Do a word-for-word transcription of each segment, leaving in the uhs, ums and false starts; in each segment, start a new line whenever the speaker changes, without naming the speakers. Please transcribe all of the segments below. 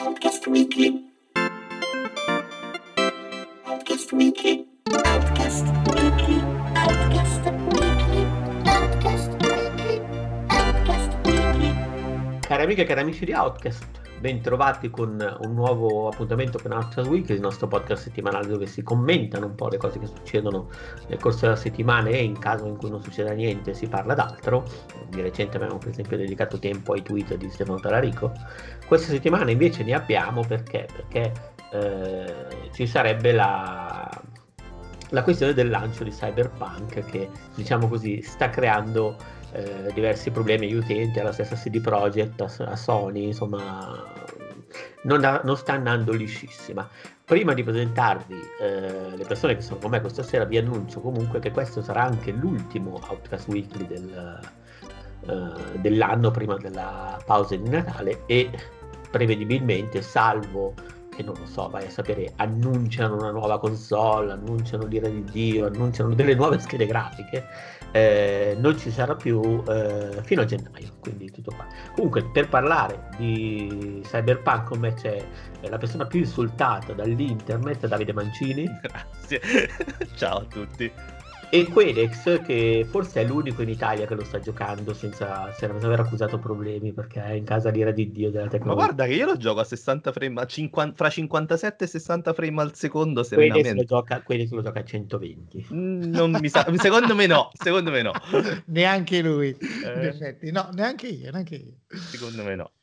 Outcast Weekly. Outcast Weekly. Outcast Weekly. Outcast Weekly. Outcast Weekly. Outcast Weekly.
Cari amiche e cari amici di Outcast, ben trovati con un nuovo appuntamento con Outcast Weekly, il nostro podcast settimanale dove si commentano un po' le cose che succedono nel corso della settimana e in caso in cui non succeda niente si parla d'altro. Di recente abbiamo per esempio dedicato tempo ai tweet di Stefano Talarico. Questa settimana invece ne abbiamo perché, perché eh, ci sarebbe la, la questione del lancio di Cyberpunk che, diciamo così, sta creando Eh, diversi problemi agli utenti, alla stessa C D Projekt, a, a Sony, insomma non, da, non sta andando liscissima. Prima di presentarvi eh, le persone che sono con me questa sera, vi annuncio comunque che questo sarà anche l'ultimo Outcast Weekly del, eh, dell'anno prima della pausa di Natale e prevedibilmente, salvo che non lo so, vai a sapere, annunciano una nuova console, annunciano l'ira di Dio, annunciano delle nuove schede grafiche, eh, non ci sarà più eh, fino a gennaio, quindi tutto qua. Comunque, per parlare di Cyberpunk con me c'è la persona più insultata dall'internet, Davide Mancini.
Grazie, ciao a tutti.
E Quedex, che forse è l'unico in Italia che lo sta giocando senza, senza aver accusato problemi, perché è in casa l'ira di Dio della tecnologia.
Ma guarda che io lo gioco a sessanta frame, a cinquanta, fra cinquantasette e sessanta frame al secondo
Quedex
serenamente.
lo gioca, Quedex lo gioca a centoventi.
Mm, non mi sa, secondo me no, secondo me no.
Neanche lui,
Eh.
in effetti. No, neanche io, neanche io.
Secondo me no.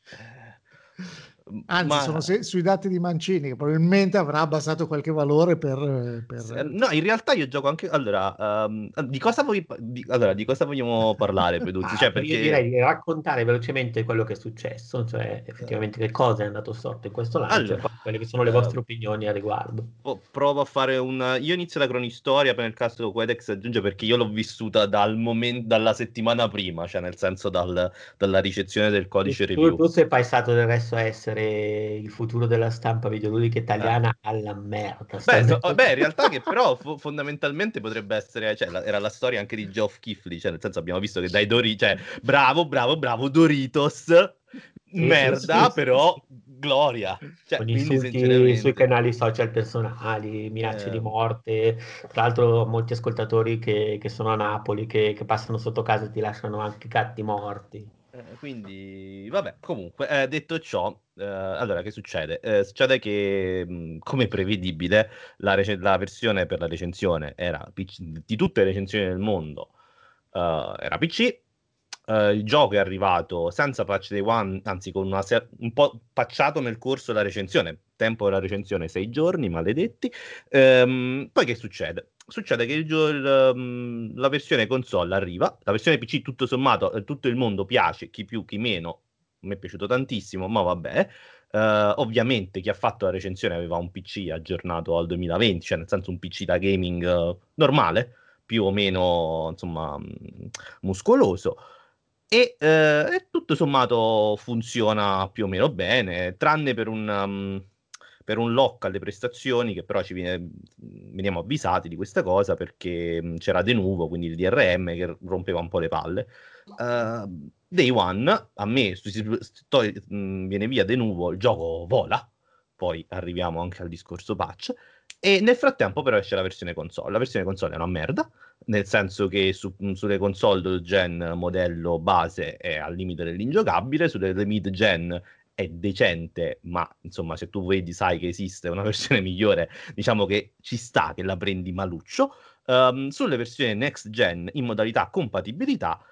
Anzi,
Ma...
sono se- sui dati di Mancini, che probabilmente avrà abbassato qualche valore per... per...
No, in realtà io gioco anche... Allora, um, di cosa vuoi... Di... Allora, di cosa vogliamo parlare, Peduzzi?
Ah,
Cioè, perché...
Io direi di raccontare velocemente quello che è successo, cioè effettivamente che cosa è andato storto in questo lancio,
Allora,
e poi quelle che sono le vostre uh, opinioni a riguardo.
Provo a fare un... Io inizio la cronistoria, per nel caso Quedex aggiunge, perché io l'ho vissuta dal momento, dalla settimana prima, cioè nel senso dal, dalla ricezione del codice
tu,
review.
Tu sei passato del resto a essere il futuro della stampa videoludica italiana eh. alla merda.
Beh, so, beh, in realtà che però fo- fondamentalmente potrebbe essere, cioè, la, era la storia anche di Geoff Keighley, cioè nel senso abbiamo visto che dai Doritos, cioè bravo, bravo, bravo Doritos, sì, merda, sì, sì, però sì. Gloria. Cioè,
con
quindi,
insulti
sinceramente...
sui canali social personali, minacce eh. di morte, tra l'altro molti ascoltatori che, che sono a Napoli, che, che passano sotto casa e ti lasciano anche gatti morti.
Eh, quindi, vabbè, comunque, eh, detto ciò, eh, allora, che succede? Eh, succede che, mh, come prevedibile, la, rec- la versione per la recensione era P C, di tutte le recensioni del mondo, uh, era P C, uh, il gioco è arrivato senza patch day one, anzi con una se- un po' patchato nel corso della recensione, tempo della recensione sei giorni, maledetti. Ehm, poi che succede? Succede che il gio- il, um, la versione console arriva, la versione P C tutto sommato eh, tutto il mondo piace, chi più chi meno, a me è piaciuto tantissimo, ma vabbè. Uh, ovviamente chi ha fatto la recensione aveva un P C aggiornato al duemilaventi, cioè nel senso un P C da gaming uh, normale, più o meno insomma mh, muscoloso. E, eh, e tutto sommato funziona più o meno bene, tranne per un, um, per un lock alle prestazioni, che però ci viene, veniamo avvisati di questa cosa perché um, c'era de nuvo, quindi il D R M che rompeva un po' le palle. Uh, Day One, a me sto, mh, viene via de nuvo, il gioco vola, poi arriviamo anche al discorso patch. E nel frattempo però esce la versione console. La versione console è una merda, nel senso che su, sulle console gen modello base è al limite dell'ingiocabile, sulle mid gen è decente, ma insomma se tu vedi sai che esiste una versione migliore, diciamo che ci sta che la prendi maluccio. Um, sulle versioni next gen in modalità compatibilità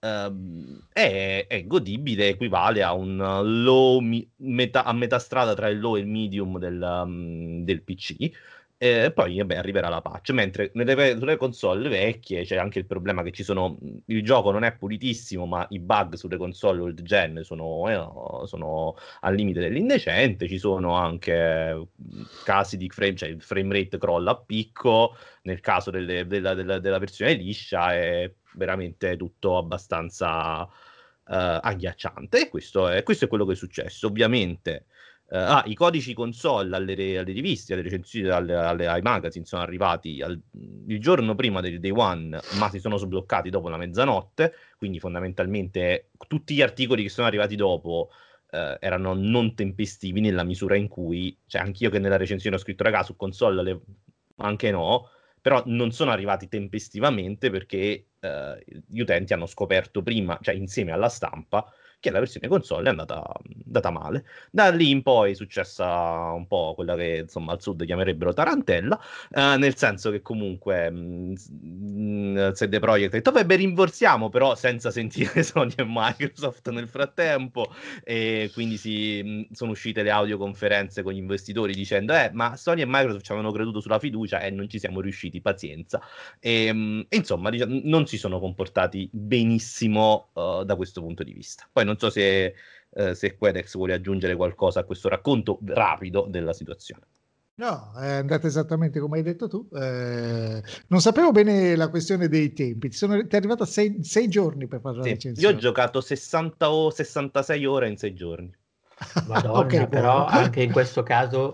Um, è, è godibile, equivale a un low mi, metà, a metà strada tra il low e il medium del, um, del P C. E poi vabbè, arriverà la patch, mentre nelle, nelle console vecchie c'è anche il problema che ci sono, il gioco non è pulitissimo, ma i bug sulle console old gen sono, eh, sono al limite dell'indecente, ci sono anche casi di frame, cioè il frame rate crolla a picco, nel caso delle, della, della, della versione liscia è veramente tutto abbastanza uh, agghiacciante, e questo è, questo è quello che è successo. Ovviamente uh, ah, i codici console alle, alle riviste, alle recensioni, alle, alle, ai magazine sono arrivati al, il giorno prima del day one, ma si sono sbloccati dopo la mezzanotte, quindi fondamentalmente tutti gli articoli che sono arrivati dopo eh, erano non tempestivi nella misura in cui, cioè anch'io che nella recensione ho scritto raga su console le... anche no, però non sono arrivati tempestivamente perché eh, gli utenti hanno scoperto prima, cioè insieme alla stampa, che la versione console è andata, andata male. Da lì in poi è successa un po' quella che insomma al sud chiamerebbero tarantella, eh, nel senso che comunque mh, mh, C D Projekt ha detto vabbè rimborsiamo, però senza sentire Sony e Microsoft nel frattempo, e quindi si, mh, sono uscite le audioconferenze con gli investitori dicendo eh ma Sony e Microsoft ci avevano creduto sulla fiducia e non ci siamo riusciti, pazienza. E, mh, insomma diciamo, non si sono comportati benissimo uh, da questo punto di vista. Poi non so se, eh, se Quedex vuole aggiungere qualcosa a questo racconto rapido della situazione.
No, è andata esattamente come hai detto tu. Eh, non sapevo bene la questione dei tempi. Ti, sono, ti è arrivata sei, sei giorni per fare la
Sì,
recensione.
io ho giocato sessanta o sessantasei ore in sei giorni.
Madonna,
Ok,
però
buono.
anche in questo caso,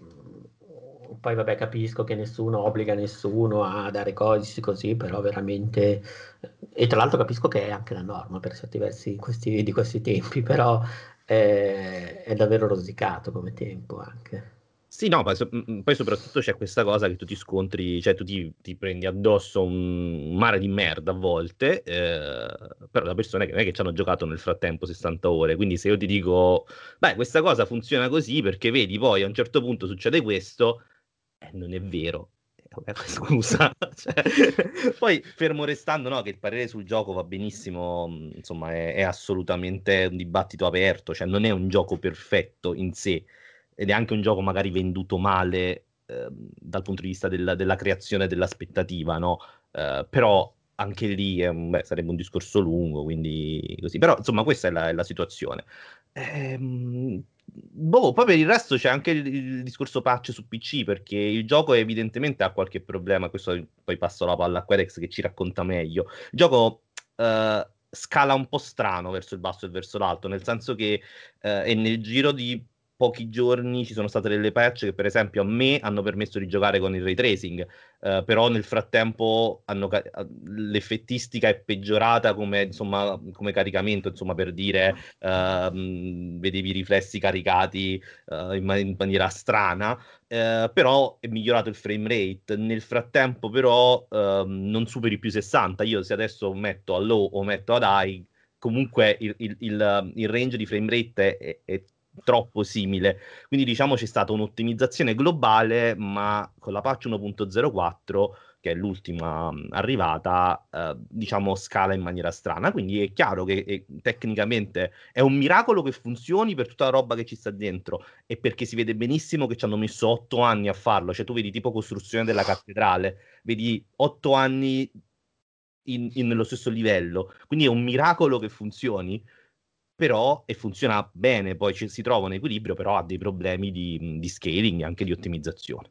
mh, poi vabbè capisco che nessuno obbliga nessuno a dare codici così, però veramente, e tra l'altro capisco che è anche la norma per certi versi questi, di questi tempi, però è, è davvero rosicato come tempo anche.
Sì, no, poi, so- mm, poi soprattutto c'è questa cosa che tu ti scontri, cioè tu ti, ti prendi addosso un mare di merda a volte, eh, però da persone che non è che ci hanno giocato nel frattempo sessanta ore, quindi se io ti dico, beh, questa cosa funziona così perché vedi, poi a un certo punto succede questo, eh, non è vero. Eh, vabbè, scusa. Cioè, poi fermo restando, no, che il parere sul gioco va benissimo, mh, insomma, è, è assolutamente un dibattito aperto, cioè non è un gioco perfetto in sé ed è anche un gioco magari venduto male ehm, dal punto di vista del- della creazione dell'aspettativa, no? Eh, però anche lì è un- beh, sarebbe un discorso lungo, quindi così. Però insomma questa è la, è la situazione. Ehm, boh, poi per il resto c'è anche il, il discorso patch su P C, perché il gioco evidentemente ha qualche problema, questo poi passo la palla a Quedex che ci racconta meglio. Il gioco eh, scala un po' strano verso il basso e verso l'alto, nel senso che eh, e nel giro di pochi giorni ci sono state delle patch che per esempio a me hanno permesso di giocare con il ray tracing, eh, però nel frattempo hanno ca- l'effettistica è peggiorata come, insomma, come caricamento, insomma, per dire ehm, vedevi i riflessi caricati eh, in, ma- in maniera strana, eh, però è migliorato il frame rate. Nel frattempo però ehm, non superi più sessanta. Io se adesso metto a low o metto ad high, comunque il, il- il- il range di frame rate è, è troppo simile. Quindi diciamo c'è stata un'ottimizzazione globale, ma con la patch uno punto zero quattro, che è l'ultima mh, arrivata, eh, diciamo scala in maniera strana. Quindi è chiaro che eh, tecnicamente è un miracolo che funzioni per tutta la roba che ci sta dentro e perché si vede benissimo che ci hanno messo otto anni a farlo. Cioè tu vedi tipo costruzione della cattedrale, vedi otto anni in- in- nello stesso livello. Quindi è un miracolo che funzioni, però e funziona bene, poi ci, si trova un equilibrio, però ha dei problemi di, di scaling e anche di ottimizzazione.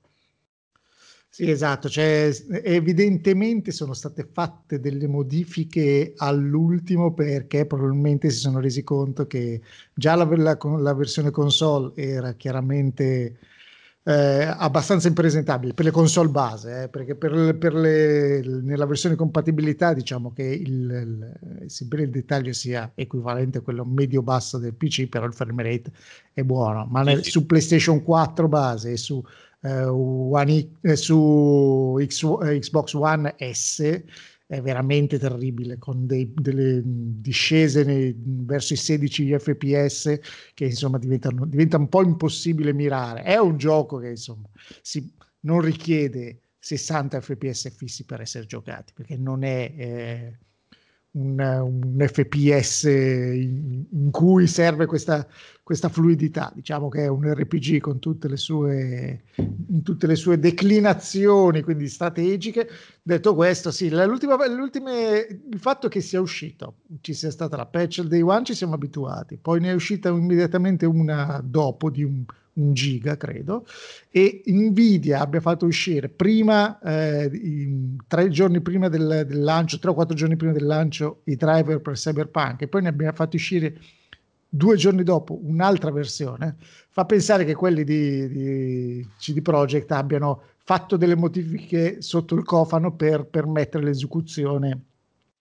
Sì, esatto, cioè, evidentemente sono state fatte delle modifiche all'ultimo perché probabilmente si sono resi conto che già la, la- la versione console era chiaramente eh, abbastanza impresentabile per le console base, eh, perché per, per le, nella versione compatibilità diciamo che il, il, sebbene il dettaglio sia equivalente a quello medio-basso del P C, però il frame rate è buono, ma
Sì,
nel-
sì.
su PlayStation quattro base e su eh, One I- eh, su X- eh, Xbox One S è veramente terribile, con dei- delle discese nei- verso i sedici F P S che insomma diventano, diventa un po' impossibile mirare. È un gioco che insomma si, non richiede sessanta F P S fissi per essere giocati, perché non è eh, un, un F P S in, in cui serve questa, questa fluidità. Diciamo che è un R P G con tutte le sue, in tutte le sue declinazioni, quindi strategiche. Detto questo, sì, l'ultima, l'ultime, il fatto che sia uscito, ci sia stata la patch del day one, ci siamo abituati, poi ne è uscita immediatamente una dopo di un, un giga, credo, e Nvidia abbia fatto uscire prima, eh, in, tre giorni prima del, del lancio, tre o quattro giorni prima del lancio, i driver per Cyberpunk, e poi ne abbia fatto uscire due giorni dopo un'altra versione, fa pensare che quelli di, di C D Projekt abbiano fatto delle modifiche sotto il cofano per permettere l'esecuzione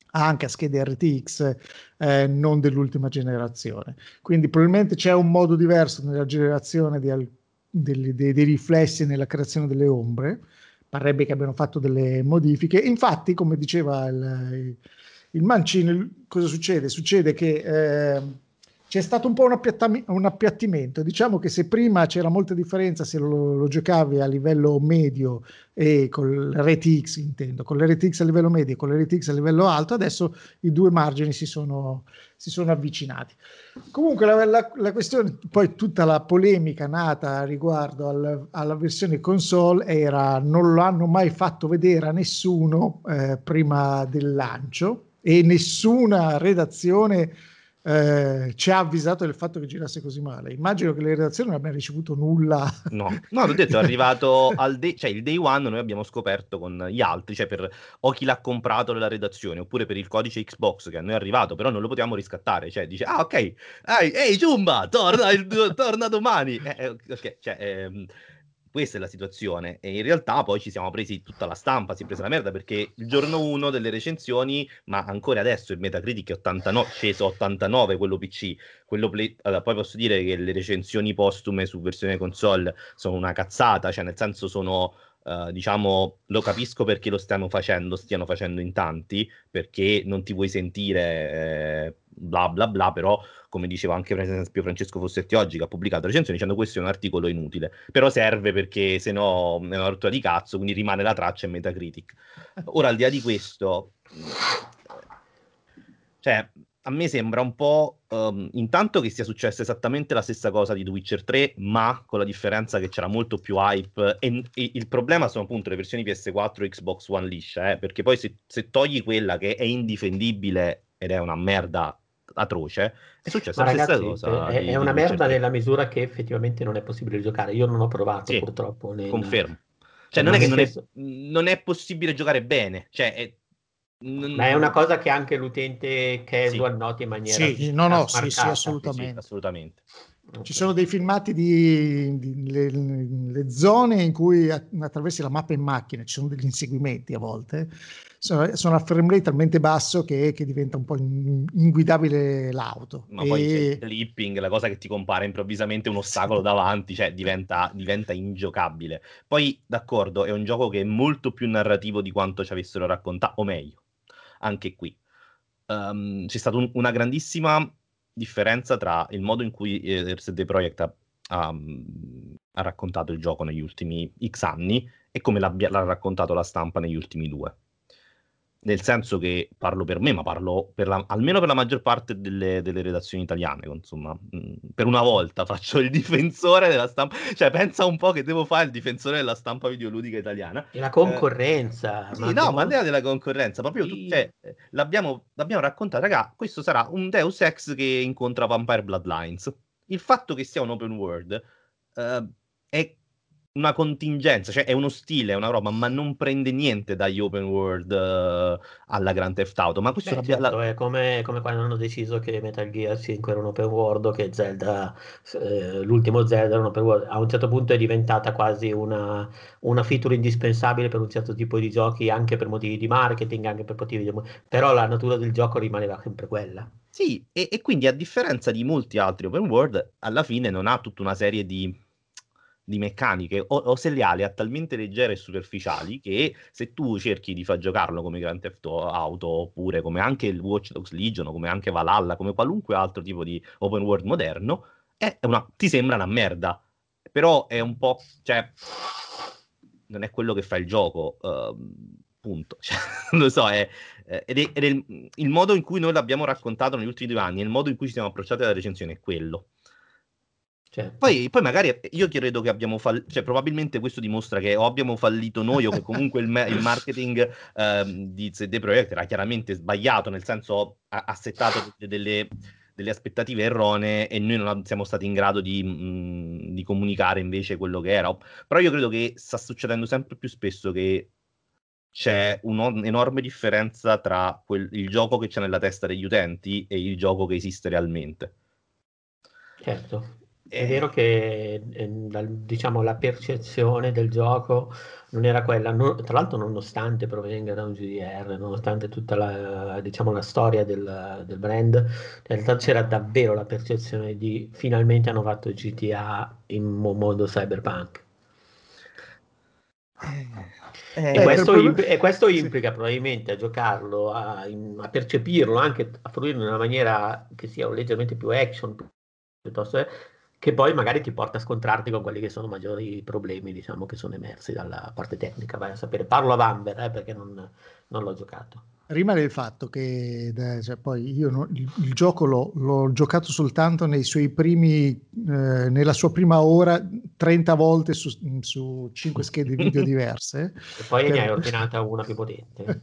anche a schede R T X eh, non dell'ultima generazione. Quindi probabilmente c'è un modo diverso nella generazione di al- dei, dei- dei riflessi nella creazione delle ombre. Parrebbe che abbiano fatto delle modifiche. Infatti, come diceva il, il Mancino, cosa succede? Succede che eh, c'è stato un po' un, appiattami- un appiattimento. Diciamo che se prima c'era molta differenza se lo, lo giocavi a livello medio e con l'R T X, intendo, con l'R T X a livello medio e con l'R T X a livello alto, adesso i due margini si sono, si sono avvicinati. Comunque la, la, la questione, poi tutta la polemica nata riguardo al, alla versione console era non lo hanno mai fatto vedere a nessuno eh, prima del lancio e nessuna redazione eh, ci ha avvisato del fatto che girasse così male. Immagino che le redazioni non abbiano ricevuto nulla.
No, no, ti ho detto, è arrivato al day, cioè il day one, noi abbiamo scoperto con gli altri, cioè per o chi l'ha comprato nella redazione, oppure per il codice Xbox che a noi è arrivato, però non lo potevamo riscattare, cioè dice, ah ok, ehi, ehi Giumba, torna, il- torna domani, eh, eh, ok, cioè, ehm, questa è la situazione, e in realtà poi ci siamo presi tutta la stampa, si è presa la merda, perché il giorno uno delle recensioni, ma ancora adesso il Metacritic è ottantanove, sceso a ottantanove quello P C, quello play... allora, poi posso dire che le recensioni postume su versione console sono una cazzata, cioè nel senso sono, uh, diciamo, lo capisco perché lo stiamo facendo, stiano facendo in tanti, perché non ti vuoi sentire eh, bla bla bla, però come diceva anche per esempio Francesco Fossetti oggi che ha pubblicato recensioni dicendo questo è un articolo inutile, però serve perché se no è una rottura di cazzo, quindi rimane la traccia in Metacritic. Ora al di là di questo, cioè a me sembra un po' um, intanto che sia successa esattamente la stessa cosa di The Witcher tre, ma con la differenza che c'era molto più hype e, e il problema sono appunto le versioni P S quattro e Xbox One liscia, eh, perché poi se, se togli quella che è indifendibile ed è una merda atroce, è successa
Ma
la stessa
ragazzi,
cosa
è,
di,
è
di
una
The Witcher
merda
tre.
nella misura che effettivamente non è possibile giocare. Io non ho provato
Sì,
purtroppo nel...
confermo. Cioè
cioè,
non
ma
è che
nel
non è,
senso...
non è possibile giocare bene, cioè è,
Ma è una
n-
cosa che anche l'utente
sì,
casual nota in maniera
Sì, no, no, sì, sì,
trasmarcata.
sì, sì,
assolutamente.
assolutamente.
Ci
Ok.
sono dei filmati di, di- le, le zone in cui a- attraversi la mappa in macchina, ci sono degli inseguimenti a volte, sono, sono a frame rate talmente basso che, che diventa un po' in- inguidabile l'auto.
Ma poi c'è il
E
clipping, la cosa che ti compare improvvisamente un ostacolo
sì,
davanti, cioè diventa, diventa ingiocabile. Poi, d'accordo, è un gioco che è molto più narrativo di quanto ci avessero raccontato, o meglio, anche qui. Ehm, c'è stata un- una grandissima differenza tra il modo in cui eh, R S D Projekt ha, ha, mm, ha raccontato il gioco negli ultimi X anni e come l'abbia- l'ha raccontato la stampa negli ultimi due. Nel senso che parlo per me, ma parlo per la- almeno per la maggior parte delle, delle redazioni italiane. Insomma, mm, per una volta faccio il difensore della stampa, cioè pensa un po' che devo fare il difensore della stampa videoludica italiana.
E la
Eh,
concorrenza,
sì,
ma
no, ma al di là
demostri...
della concorrenza, proprio tu, cioè, eh, l'abbiamo, l'abbiamo raccontato, raga, questo sarà un Deus Ex che incontra Vampire Bloodlines. Il fatto che sia un open world eh, è una contingenza, cioè è uno stile, è una roba, ma non prende niente dagli open world eh, alla Grand Theft Auto. Ma questo
Beh,
l'abbia- la-
certo, è come, come quando hanno deciso che Metal Gear cinque era un open world, che Zelda, eh, l'ultimo Zelda era un open world. A un certo punto è diventata quasi una, una feature indispensabile per un certo tipo di giochi, anche per motivi di marketing, anche per motivi di... Però la natura del gioco rimaneva sempre quella.
Sì, e, e quindi a differenza di molti altri open world, alla fine non ha tutta una serie di, di meccaniche, o, o se le ha, le ha talmente leggere e superficiali che se tu cerchi di far giocarlo come Grand Theft Auto, oppure come anche il Watch Dogs Legion, o come anche Valhalla, come qualunque altro tipo di open world moderno, è una, ti sembra una merda. Però è un po', cioè, non è quello che fa il gioco, ehm, punto. Cioè, non lo so, è, eh, ed è, ed è il, il modo in cui noi l'abbiamo raccontato negli ultimi due anni, e il modo in cui ci siamo approcciati alla recensione è quello.
Certo.
Poi, poi magari io credo che abbiamo fallito, cioè probabilmente questo dimostra che o abbiamo fallito noi o che comunque il, ma- il marketing ehm, di Z D Projekt era chiaramente sbagliato, nel senso ha, ha settato de- delle, delle aspettative erronee e noi non siamo stati in grado di, mh, di comunicare invece quello che era. Però io credo che sta succedendo sempre più spesso che c'è un'enorme differenza tra quel- il gioco che c'è nella testa degli utenti e il gioco che esiste realmente.
Certo. È vero che eh, dal- diciamo, la percezione del gioco non era quella, no- tra l'altro nonostante provenga da un G D R, nonostante tutta la, diciamo, la storia del, del brand, in realtà c'era davvero la percezione di finalmente hanno fatto G T A in mo- modo cyberpunk.
Eh,
E
Eh,
questo,
per-
imp- e questo
sì.
implica probabilmente a giocarlo, a, in- a percepirlo, anche a fruirlo in una maniera che sia leggermente più action, pi- piuttosto eh, che poi magari ti porta a scontrarti con quelli che sono maggiori problemi, diciamo, che sono emersi dalla parte tecnica. Vai a sapere, parlo a Vamber, eh, perché non, non l'ho giocato.
Rimane il fatto che eh, cioè, poi io no- il, il gioco l'ho, l'ho giocato soltanto nei suoi primi, eh, nella sua prima ora, trenta volte su, su cinque schede video diverse.
E poi ne
Per-
hai ordinata una più potente.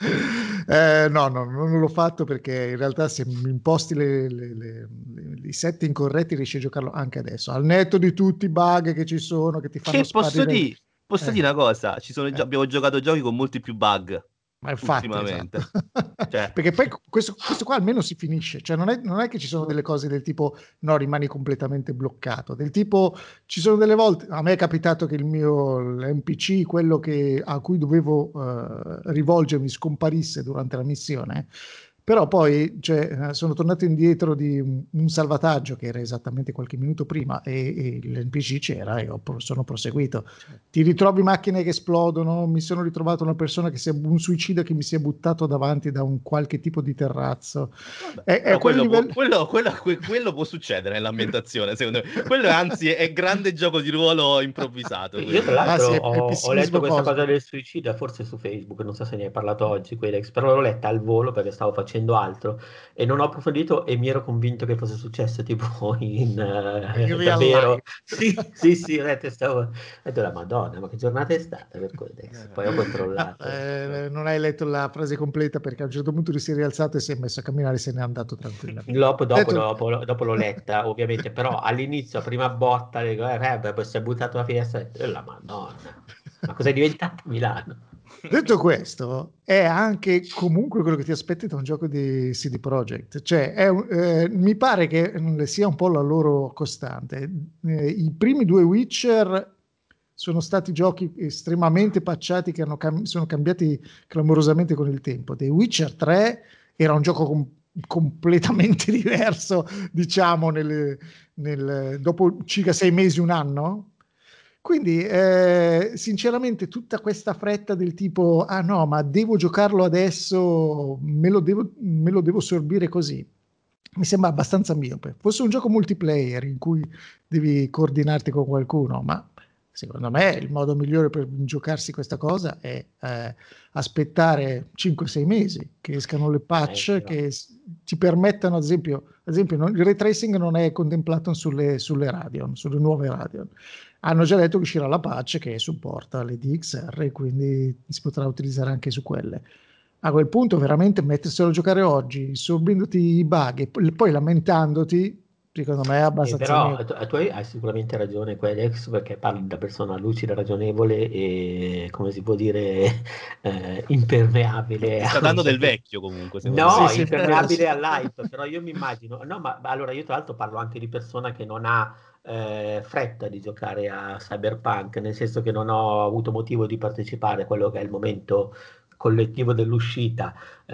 Eh, no, no, non l'ho fatto perché in realtà se mi imposti le, le- le- le- i setting corretti riesci a giocarlo anche adesso, al netto di tutti i bug che ci sono, che ti fanno
Che posso
sparire.
dire? Posso
Eh,
dire una cosa? Ci sono gio-
eh.
abbiamo giocato giochi con molti più bug
Ma infatti, esatto.
ultimamente. Cioè,
Perché poi questo, questo qua almeno si finisce, cioè non è, non è che ci sono delle cose del tipo no, rimani completamente bloccato, del tipo ci sono delle volte, a me è capitato che il mio N P C, quello che, a cui dovevo eh, rivolgermi, scomparisse durante la missione, però poi cioè, eh, sono tornato indietro di un, un salvataggio che era esattamente qualche minuto prima e, e l'N P C c'era e ho, pro- sono proseguito. Ti ritrovi macchine che esplodono, mi sono ritrovato una persona che si è, un suicida che mi si è buttato davanti da un qualche tipo di terrazzo.
vabbè,
È, è
però
quel
quello, può,
livello...
quello, quello- que- quello può succedere nell'ambientazione, secondo me. Quello è, anzi è grande gioco di ruolo improvvisato,
Io tra
quello.
Ah
l'altro
sì, è, è
ho, ho letto
pessimismo
questa cosa
cosmico.
del suicida, forse su Facebook, non so se ne hai parlato oggi, Quelex, però l'ho letta al volo perché stavo facendo altro e non ho approfondito e mi ero convinto che fosse successo tipo in
In
eh,
real
davvero.
life.
Sì, sì, sì, ho detto, stavo, ho detto la Madonna, ma che giornata è stata per Quelex? Poi ho
No,
controllato.
eh, non hai letto la frase completa perché a un certo punto lui si è rialzato e si è messo a camminare e se n'è andato tranquillamente.
Dopo, dopo,
Detto...
dopo, dopo l'ho letta, ovviamente, però all'inizio, a prima botta, dico, eh, eh, beh, poi si è buttato la finestra e ho detto, "Eh, la Madonna, ma cos'è diventata Milano?"
Detto questo, è anche comunque quello che ti aspetti da un gioco di C D Projekt, cioè è un- eh, mi pare che mm, sia un po' la loro costante. Eh, I primi due Witcher sono stati giochi estremamente pacciati che hanno cam- sono cambiati clamorosamente con il tempo. The Witcher tre era un gioco com- completamente diverso, diciamo, nel, nel- dopo circa sei mesi, un anno. Quindi, eh, sinceramente, tutta questa fretta del tipo, ah no, ma devo giocarlo adesso, me lo devo, me lo devo sorbire così, mi sembra abbastanza miope. Fosse un gioco multiplayer in cui devi coordinarti con qualcuno, ma secondo me il modo migliore per giocarsi questa cosa è eh, aspettare cinque sei mesi che escano le
Eh,
patch
però.
che s- ti permettano, ad esempio, ad esempio non- il ray tracing non è contemplato sulle, sulle Radeon, sulle nuove Radeon. Hanno già detto che uscirà la patch che supporta le D X R, quindi si potrà utilizzare anche su quelle. A quel punto veramente metterselo a giocare oggi, sorbendoti i bug e poi poi lamentandoti, secondo me è
Eh,
abbastanza
però
mio.
tu, tu hai, hai sicuramente ragione, Quelex, perché parli da persona lucida, ragionevole e, come si può dire, eh, impermeabile
Ti sta
a un
dando del
certo...
vecchio comunque, secondo
Sì,
No,
me.
sì, quello sì.
impermeabile all'hype, però io mi immagino... No, ma allora io tra l'altro parlo anche di persona che non ha eh, fretta di giocare a Cyberpunk, nel senso che non ho avuto motivo di partecipare a quello che è il momento collettivo dell'uscita,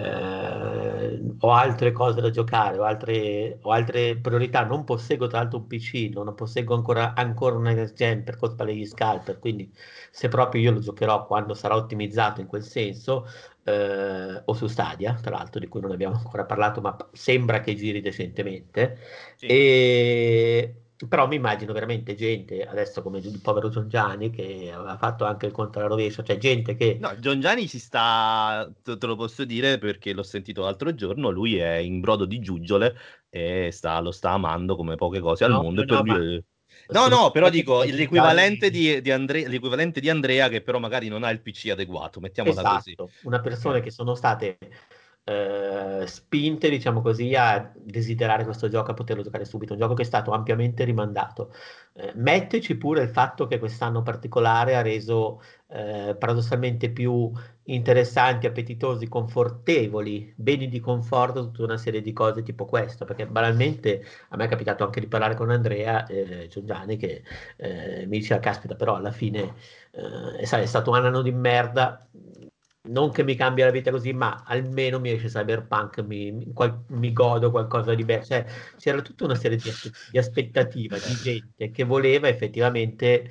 eh, ho altre cose da giocare, ho altre, ho altre priorità, non posseggo tra l'altro un P C, non posseggo ancora, ancora una next gen per colpa degli scalper, quindi se proprio io lo giocherò quando sarà ottimizzato in quel senso, eh, o su Stadia, tra l'altro di cui non abbiamo ancora parlato, ma sembra che giri decentemente.
Sì.
E... Però mi immagino veramente gente, adesso come il povero Giangiani, che aveva fatto anche il conto alla rovescia, cioè gente che...
No, John Gianni ci sta, te te lo posso dire perché l'ho sentito l'altro giorno, lui è in brodo di giuggiole e sta- lo sta amando come poche cose al
No,
mondo
no,
e per
no,
lui
ma
è... No,
sono
no, però
d'accordo
dico
perché
l'equivalente
Giangiani...
di, di Andre- l'equivalente di Andrea che però magari non ha il P C adeguato, mettiamola così.
Esatto, una persona
Ok.
che sono state eh, spinte, diciamo così, a desiderare questo gioco, a poterlo giocare subito, un gioco che è stato ampiamente rimandato. Eh, metteci pure il fatto che quest'anno particolare ha reso eh, paradossalmente più interessanti, appetitosi, confortevoli, beni di conforto, tutta una serie di cose tipo questo, perché banalmente a me è capitato anche di parlare con Andrea eh, Giorgiani che eh, mi diceva, caspita, però alla fine eh, sai, è stato un anno di merda, non che mi cambia la vita così, ma almeno mi esce Cyberpunk, mi, mi, qual- mi godo qualcosa di bello. Cioè, c'era tutta una serie di, aspe- di aspettativa di gente che voleva effettivamente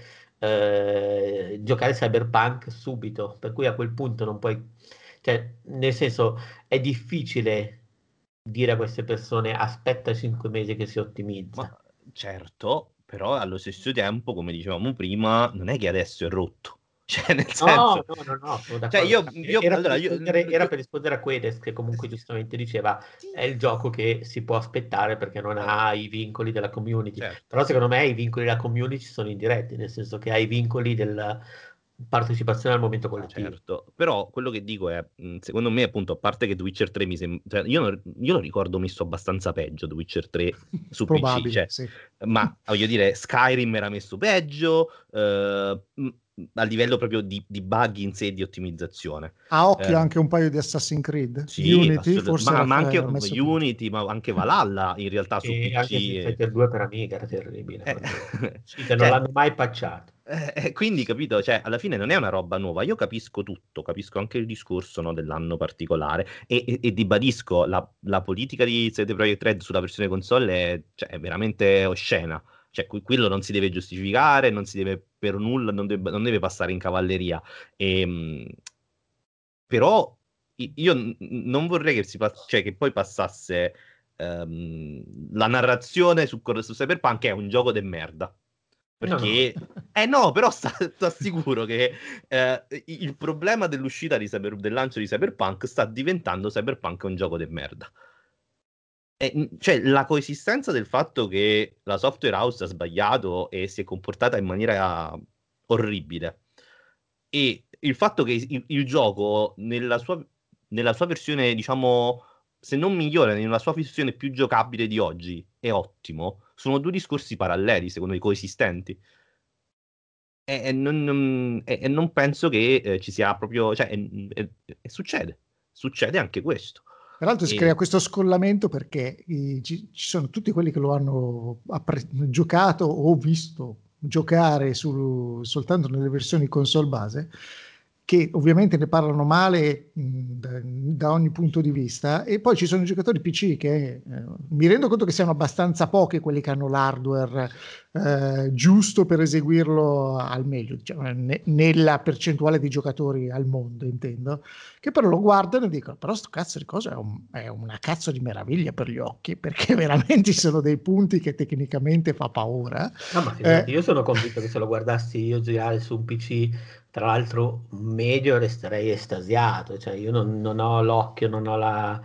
eh, giocare Cyberpunk subito, per cui a quel punto non puoi, cioè, nel senso, è difficile dire a queste persone aspetta cinque mesi che si ottimizza.
Ma certo, però allo stesso tempo, come dicevamo prima, non è che adesso è rotto. Cioè, nel senso...
No, no, no, no, sono
Cioè,
d'accordo.
io... io
Era per
allora, io...
rispondere, era per rispondere a Quedes che comunque giustamente diceva è il gioco che si può aspettare perché non ha i vincoli della community.
Certo.
Però secondo me i vincoli della community sono indiretti, nel senso che hai i vincoli della partecipazione al momento collettivo.
Certo, però quello che dico è, mh, secondo me, appunto, a parte che The Witcher tre mi sembra, cioè, io, non- io lo ricordo messo abbastanza peggio The Witcher tre su P C,
Probabile,
cioè,
sì.
ma voglio dire, Skyrim era messo peggio, eh, mh, a livello proprio di, di bug in sé di ottimizzazione.
A occhio
Eh,
anche un paio di Assassin's Creed.
Sì,
Unity
assolut-
forse
ma,
era,
ma anche
era messo peggio.
Unity, ma anche Valhalla in realtà su
E
P C.
anche Street
e-
Fighter due per Amiga era terribile.
Eh,
quando è uscito, non
cioè,
l'hanno mai patchato.
Eh, eh, quindi, capito, cioè, alla fine non è una roba nuova. Io capisco tutto, capisco anche il discorso, no, dell'anno particolare e, e, e ribadisco, la, la politica di C D Projekt Red sulla versione console è, cioè, è veramente oscena. Cioè, qui- quello non si deve giustificare, non si deve per nulla, non deve, non deve passare in cavalleria. E, mh, però i- io n- non vorrei che, si pass- cioè, che poi passasse ehm, la narrazione su, su Cyberpunk è un gioco de merda.
No, no.
Perché, eh no, però sta, sta sicuro che eh, il problema dell'uscita di Cyber, del lancio di Cyberpunk sta diventando Cyberpunk un gioco di merda. E, mh, cioè, la coesistenza del fatto che la software house ha sbagliato e si è comportata in maniera orribile e il fatto che il, il gioco nella sua, nella sua versione, diciamo, se non migliore, nella sua versione più giocabile di oggi è ottimo, sono due discorsi paralleli, secondo me, coesistenti. E, e non, non- e- e non penso che eh, ci sia proprio, cioè, e- e- e succede, succede anche questo.
Peraltro si
E-
crea questo scollamento perché i- ci, ci sono tutti quelli che lo hanno appre- giocato o visto giocare su- soltanto nelle versioni console base, che ovviamente ne parlano male mh, da, da ogni punto di vista, e poi ci sono i giocatori P C che eh, mi rendo conto che siano abbastanza pochi quelli che hanno l'hardware eh, giusto per eseguirlo al meglio, diciamo, ne- nella percentuale di giocatori al mondo, intendo, che però lo guardano e dicono però sto cazzo di cosa è, un- è una cazzo di meraviglia per gli occhi, perché veramente ci sono dei punti che tecnicamente fa paura.
No, ma figurati,
Eh,
io sono convinto che se lo guardassi io girare su un P C, tra l'altro medio, resterei estasiato. Cioè, io non, non ho l'occhio, non ho la,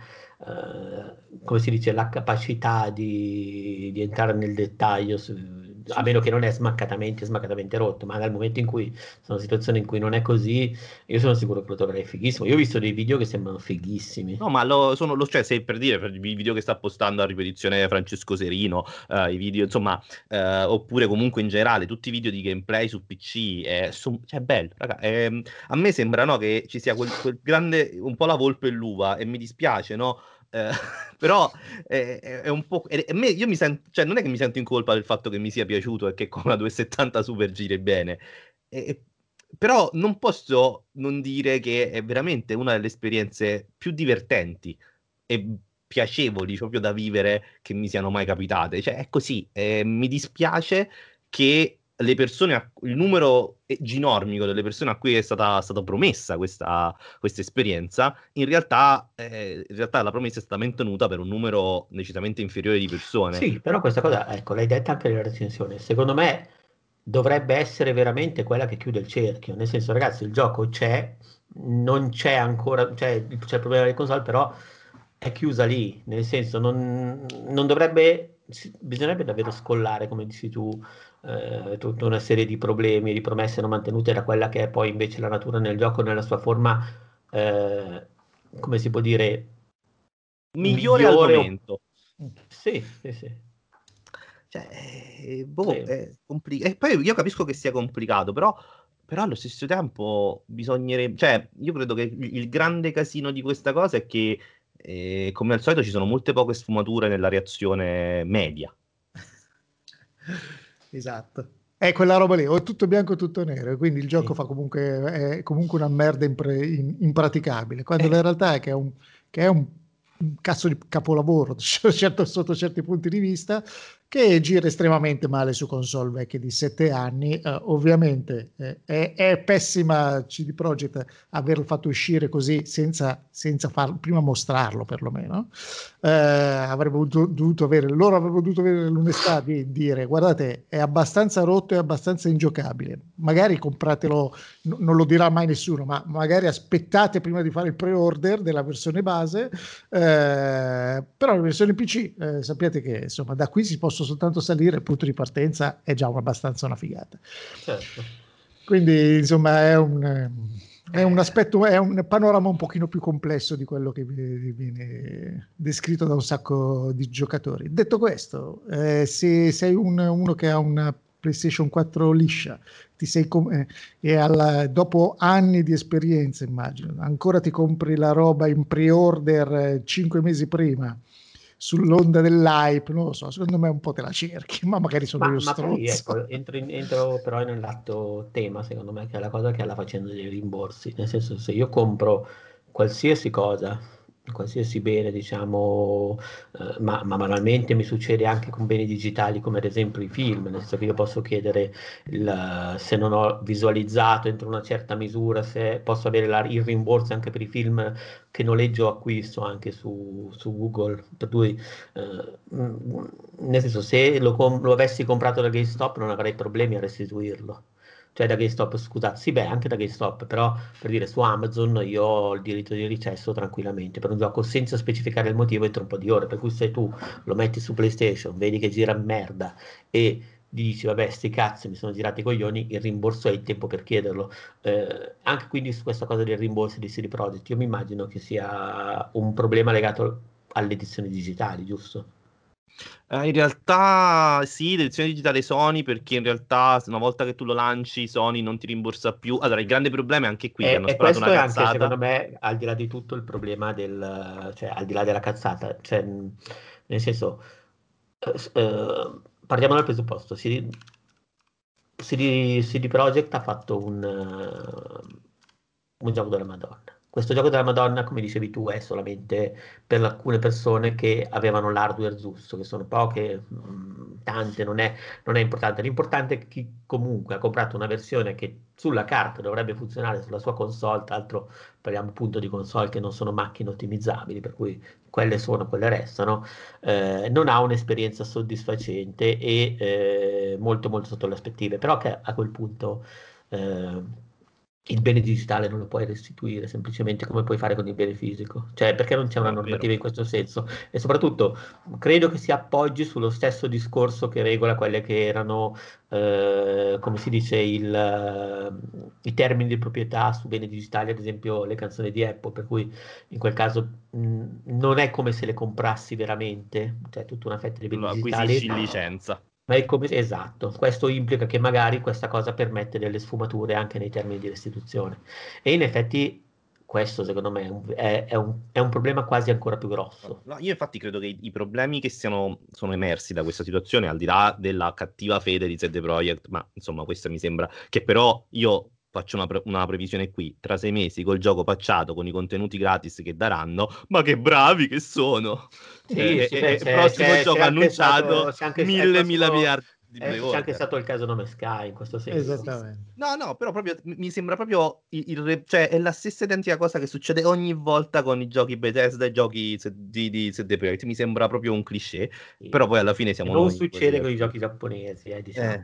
eh, come si dice, la capacità di, di entrare nel dettaglio, su- a meno che non è smaccatamente, smaccatamente rotto, ma nel momento in cui sono situazioni in cui non è così, io sono sicuro che lo troverei fighissimo. Io ho visto dei video che sembrano fighissimi.
No, ma lo, sono, lo, cioè, se per dire, per i video che sta postando a ripetizione Francesco Serino, eh, i video, insomma, eh, oppure comunque in generale, tutti i video di gameplay su P C, è, son- cioè, è bello, raga. Ehm, a me sembra, no, che ci sia quel, quel grande, un po' la volpe e l'uva, e mi dispiace, no? Eh, però è, è- è un po'... e- e me, io mi sento, cioè, non è che mi sento in colpa del fatto che mi sia piaciuto e che con una duecentosettanta Super giri bene. E- e- però non posso non dire che è veramente una delle esperienze più divertenti e piacevoli proprio da vivere che mi siano mai capitate. Cioè, è così. Eh, mi dispiace che le persone, a- il numero eh, ginormico delle persone a cui è stata, stata promessa questa, questa esperienza, in realtà, eh, in realtà la promessa è stata mantenuta per un numero decisamente inferiore di persone.
Sì, però questa cosa, ecco, l'hai detta anche nella recensione. Secondo me dovrebbe essere veramente quella che chiude il cerchio. Nel senso, ragazzi, il gioco c'è, non c'è ancora, cioè c'è il problema delle console, però è chiusa lì. Nel senso, non, non dovrebbe, si- bisognerebbe davvero scollare, come dici tu, eh, tutta una serie di problemi, di promesse non mantenute da quella che è poi invece la natura nel gioco, nella sua forma, eh, come si può dire,
migliore,
migliore
al
o-
momento.
Sì, sì, sì.
Cioè, eh, boh,
Sì.
è compli- e poi io capisco che sia complicato, però, però allo stesso tempo bisognerebbe... Cioè, io credo che il, il grande casino di questa cosa è che, eh, come al solito, ci sono molte poche sfumature nella reazione media.
Esatto. È quella roba lì, o è tutto bianco o tutto nero, e quindi il gioco
Sì.
fa comunque, è comunque una merda impre- in- impraticabile, quando
Eh.
la realtà è che è un, che è un, un cazzo di capolavoro certo, sotto certi punti di vista, che gira estremamente male su console vecchie di sette anni. Eh, ovviamente eh, è, è pessima C D Projekt averlo fatto uscire così senza, senza far, prima mostrarlo perlomeno. Eh, avrebbe dovuto, dovuto avere, loro avrebbero dovuto avere l'onestà di dire: guardate, è abbastanza rotto e abbastanza ingiocabile, magari compratelo, no, non lo dirà mai nessuno, ma magari aspettate prima di fare il pre-order della versione base. Eh, però la versione P C, eh, sappiate che insomma da qui si possono soltanto salire, il punto di partenza è già abbastanza una figata.
Certo.
Quindi insomma è un, è un aspetto, è un panorama un pochino più complesso di quello che viene descritto da un sacco di giocatori. Detto questo, eh, se sei un, uno che ha una PlayStation quattro liscia, ti sei com- eh, e alla, dopo anni di esperienza, immagino, ancora ti compri la roba in pre-order eh, cinque mesi prima, sull'onda dell'hype, non lo so, secondo me un po' te la cerchi, ma magari sono
Ma,
io
ma poi
stronzo.
ecco, entro, in- entro però nell'atto tema, secondo me, che è la cosa che è la faccenda dei rimborsi. Nel senso, se io compro qualsiasi cosa, qualsiasi bene, diciamo, eh, ma, ma banalmente mi succede anche con beni digitali, come ad esempio i film, nel senso che io posso chiedere il- se non ho visualizzato entro una certa misura, se posso avere la- il rimborso anche per i film che noleggio o acquisto anche su, su Google. Per cui eh, mm, nel senso, se lo, com- lo avessi comprato da GameStop non avrei problemi a restituirlo. Cioè da GameStop, scusate, sì, beh, anche da GameStop, però per dire su Amazon io ho il diritto di ricesso tranquillamente per un gioco senza specificare il motivo entro un po' di ore. Per cui se tu lo metti su PlayStation, vedi che gira merda e dici vabbè, sti cazzi, mi sono girati i coglioni, il rimborso hai il tempo per chiederlo. Eh, anche quindi su questa cosa del rimborso di C D Projekt, io mi immagino che sia un problema legato alle edizioni digitali, giusto?
Eh, in realtà sì, l'edizione digitale Sony, perché in realtà una volta che tu lo lanci Sony non ti rimborsa più. Allora, il grande problema è anche qui che
E,
hanno
e
sparato
questo
una
è anche, secondo
cazzata.
me, al di là di tutto il problema del, cioè al di là della cazzata, cioè, mh, nel senso, eh, s- eh, partiamo dal presupposto, si, C D, C D Projekt ha fatto un, eh, un gioco della Madonna. Questo gioco della Madonna, come dicevi tu, è solamente per alcune persone che avevano l'hardware giusto, che sono poche, mh, tante, non è, non è importante. L'importante è chi comunque ha comprato una versione che sulla carta dovrebbe funzionare sulla sua console, tra l'altro parliamo appunto di console che non sono macchine ottimizzabili, per cui quelle sono, quelle restano, eh, non ha un'esperienza soddisfacente e eh, molto molto sotto le aspettative, però che a quel punto eh, il bene digitale non lo puoi restituire semplicemente come puoi fare con il bene fisico, cioè perché non c'è una
No, è vero.
normativa in questo senso e soprattutto credo che si appoggi sullo stesso discorso che regola quelle che erano, eh, come si dice, il, eh, i termini di proprietà su beni digitali, ad esempio le canzoni di Apple, per cui in quel caso mh, non è come se le comprassi veramente, cioè tutta una fetta di beni
Lo
digitali,
acquisisci in licenza.
ma è come esatto. Questo implica che magari questa cosa permette delle sfumature anche nei termini di restituzione. E in effetti questo secondo me è un, è- è un- è un problema quasi ancora più grosso.
No, io infatti credo che i, i problemi che siano, sono emersi da questa situazione, al di là della cattiva fede di Z D Projekt, ma insomma questo mi sembra che però io faccio una, pre- una previsione qui, tra sei mesi col gioco patchato, con i contenuti gratis che daranno, ma che bravi che sono!
Sì,
Eh,
sì,
e,
beh,
e- e
c'è
prossimo
c'è- c'è
gioco
anche stato,
annunciato,
c'è anche, è il
mille, mila
prossimo,
miliardi di
eh, c'è anche
pre-order.
stato il caso Nome Sky in questo senso.
Esattamente.
No, no, però proprio mi mi sembra proprio il, il re- cioè è la stessa identica cosa che succede ogni volta con i giochi Bethesda e i giochi se- di, di C D Projekt. Mi sembra proprio un cliché,
Sì.
però poi alla fine
E
siamo
non
noi così
succede con i
a-
giochi giapponesi, eh,
eh.
diciamo.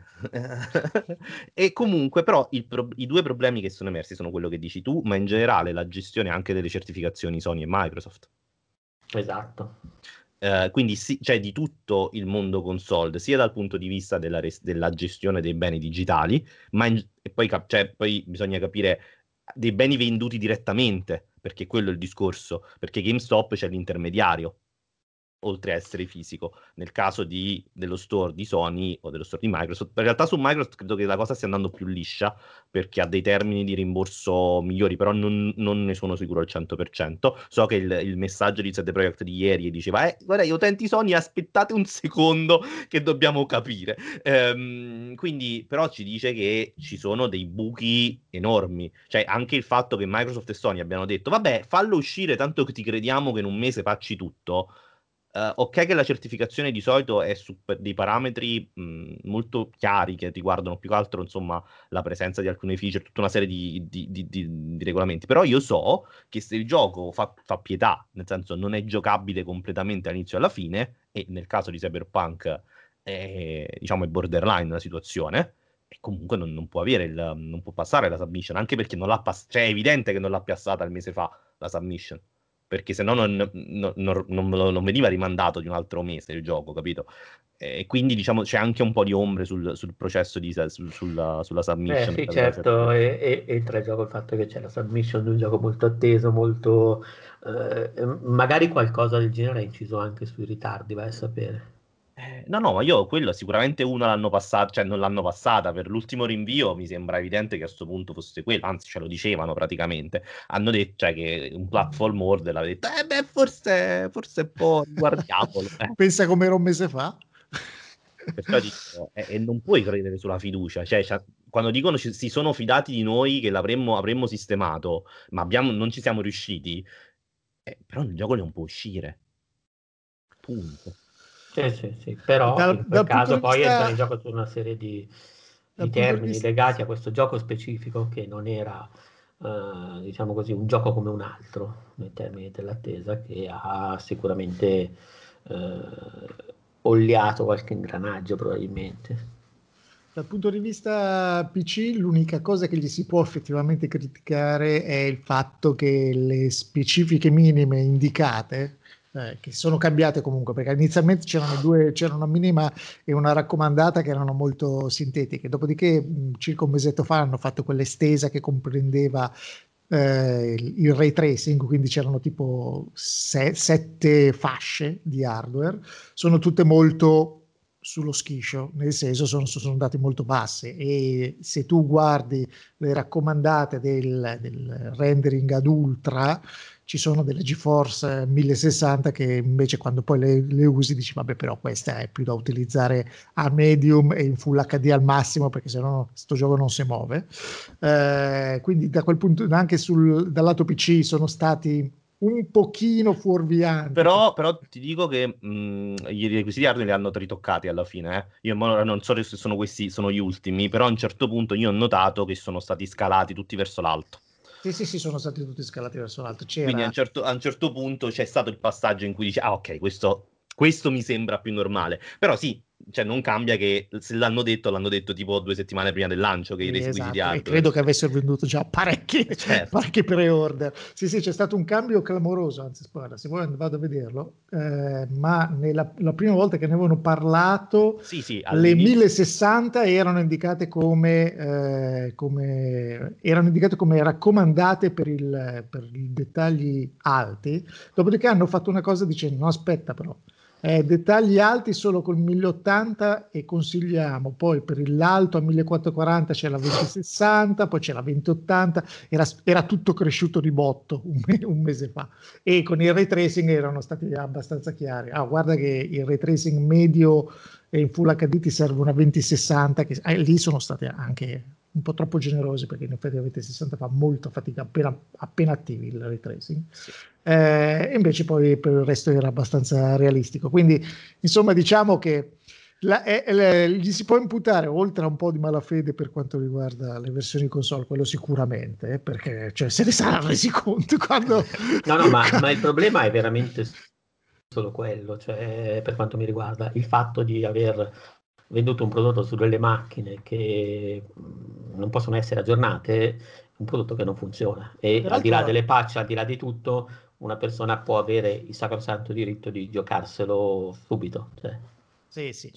E comunque, però, il pro- i due problemi che sono emersi sono quello che dici tu, ma in generale la gestione anche delle certificazioni Sony e Microsoft.
Esatto.
Eh, quindi sì, cioè di tutto il mondo console, sia dal punto di vista della, res- della gestione dei beni digitali, ma in- e poi, cap- cioè, poi bisogna capire dei beni venduti direttamente, perché quello è il discorso, perché GameStop c'è l'intermediario, oltre a essere fisico, nel caso di, dello store di Sony o dello store di Microsoft. In realtà su Microsoft credo che la cosa stia andando più liscia, perché ha dei termini di rimborso migliori, però non, non ne sono sicuro al cento per cento. So che il, il messaggio di C D Projekt di ieri diceva, eh, guarda, gli utenti Sony aspettate un secondo che dobbiamo capire. Ehm, quindi, però ci dice che ci sono dei buchi enormi, cioè anche il fatto che Microsoft e Sony abbiano detto, vabbè, fallo uscire, tanto che ti crediamo che in un mese facci tutto. Uh, ok che la certificazione di solito è su per dei parametri mh, molto chiari che riguardano più che altro insomma la presenza di alcune feature, tutta una serie di, di, di, di, di regolamenti, però io so che se il gioco fa, fa pietà, nel senso non è giocabile completamente all'inizio e alla fine, e nel caso di Cyberpunk è, diciamo, è borderline la situazione, e comunque non, non può avere il, non può passare la submission, anche perché non l'ha pass- cioè è evidente che non l'ha passata il mese fa la submission, perché se no non, non, non, non, non veniva rimandato di un altro mese il gioco, capito? E quindi diciamo c'è anche un po' di ombre sul, sul processo di, sul, sulla, sulla
Eh
submission.
sì,
per la
certo, e, e, entra in gioco il fatto che c'è la submission di un gioco molto atteso, molto... eh, magari qualcosa del genere ha inciso anche sui ritardi, vai a sapere.
Eh, no, no, ma io quello sicuramente una l'hanno passata, cioè non l'hanno passata, per l'ultimo rinvio mi sembra evidente che a questo punto fosse quello, anzi ce lo dicevano praticamente, hanno detto, cioè, che un platform order l'aveva detto, eh beh, forse, forse un po' guardiamolo, eh.
Pensa come era un mese fa.
Perciò dico, e, e non puoi credere sulla fiducia, cioè, cioè, quando dicono ci, si sono fidati di noi che l'avremmo avremmo sistemato, ma abbiamo, non ci siamo riusciti, eh, però il gioco non può uscire, punto.
Sì, sì, sì, però
Dal,
in quel
dal punto
caso
di
poi entra in
vista,
gioco tutta una serie di, di
dal punto di
termini
vista,
legati a questo gioco specifico che non era, eh, diciamo così, un gioco come un altro nei termini dell'attesa, che ha sicuramente eh, oliato qualche ingranaggio probabilmente.
dal punto di vista P C, l'unica cosa che gli si può effettivamente criticare è il fatto che le specifiche minime indicate, eh, che sono cambiate comunque, perché inizialmente c'erano due, c'era una minima e una raccomandata che erano molto sintetiche, dopodiché mh, circa un mesetto fa hanno fatto quell'estesa che comprendeva eh, il, il ray tracing, quindi c'erano tipo se, sette fasce di hardware, sono tutte molto sullo schiscio, nel senso sono, sono dati molto basse, e se tu guardi le raccomandate del, del rendering ad ultra ci sono delle GeForce mille sessanta che invece quando poi le, le usi dici vabbè, però questa è più da utilizzare a medium e in full H D al massimo, perché sennò sto gioco non si muove. Eh, quindi da quel punto anche sul, dal lato P C sono stati un pochino fuorvianti.
Però, però ti dico che mh, i requisiti hardware li hanno ritoccati alla fine. Eh. Io mo- non so se sono questi, sono gli ultimi, però a un certo punto io ho notato che sono stati scalati tutti verso l'alto.
Sì, sì, sì, sono stati tutti scalati verso l'alto. C'era...
Quindi a un, certo, a un certo punto c'è stato il passaggio in cui dici, ah ok, questo, questo mi sembra più normale. Però sì, cioè non cambia che se l'hanno detto, l'hanno detto tipo due settimane prima del lancio che i
Sì,
requisiti
esatto, e
hardware.
credo che avessero venduto già parecchi,
Certo.
parecchi pre-order. Sì, sì, c'è stato un cambio clamoroso, anzi, guarda, se vuoi vado a vederlo, eh, ma nella, la prima volta che ne avevano parlato,
Sì, sì,
le
all'inizio.
mille sessanta erano indicate come, eh, come, erano indicate come raccomandate per, il, per i dettagli alti, dopodiché hanno fatto una cosa dicendo, no aspetta però, Eh, dettagli alti solo col mille ottanta e consigliamo, poi per l'alto a millequattrocentoquaranta c'è la venti sessanta, poi c'è la venti ottanta, era, era tutto cresciuto di botto un, me- un mese fa, e con il ray tracing erano stati abbastanza chiari. Ah, guarda che il ray tracing medio e in full H D ti serve una venti sessanta, che eh, lì sono stati anche un po' troppo generosi, perché in effetti la venti sessanta fa molta fatica appena, appena attivi il ray tracing.
Sì.
Eh, invece poi per il resto era abbastanza realistico, quindi insomma diciamo che la, è, è, gli si può imputare, oltre a un po' di malafede per quanto riguarda le versioni console, quello sicuramente, eh, perché cioè, se ne saranno resi conto quando...
No, no, ma, ma il problema è veramente solo quello, cioè per quanto mi riguarda, il fatto di aver venduto un prodotto su delle macchine che mh, non possono essere aggiornate, un prodotto che non funziona, e al di là
Peraltro,
delle patch, al di là di tutto, una persona può avere il sacrosanto diritto di giocarselo subito. Cioè.
sì, sì,
Sì, sì.
esatto.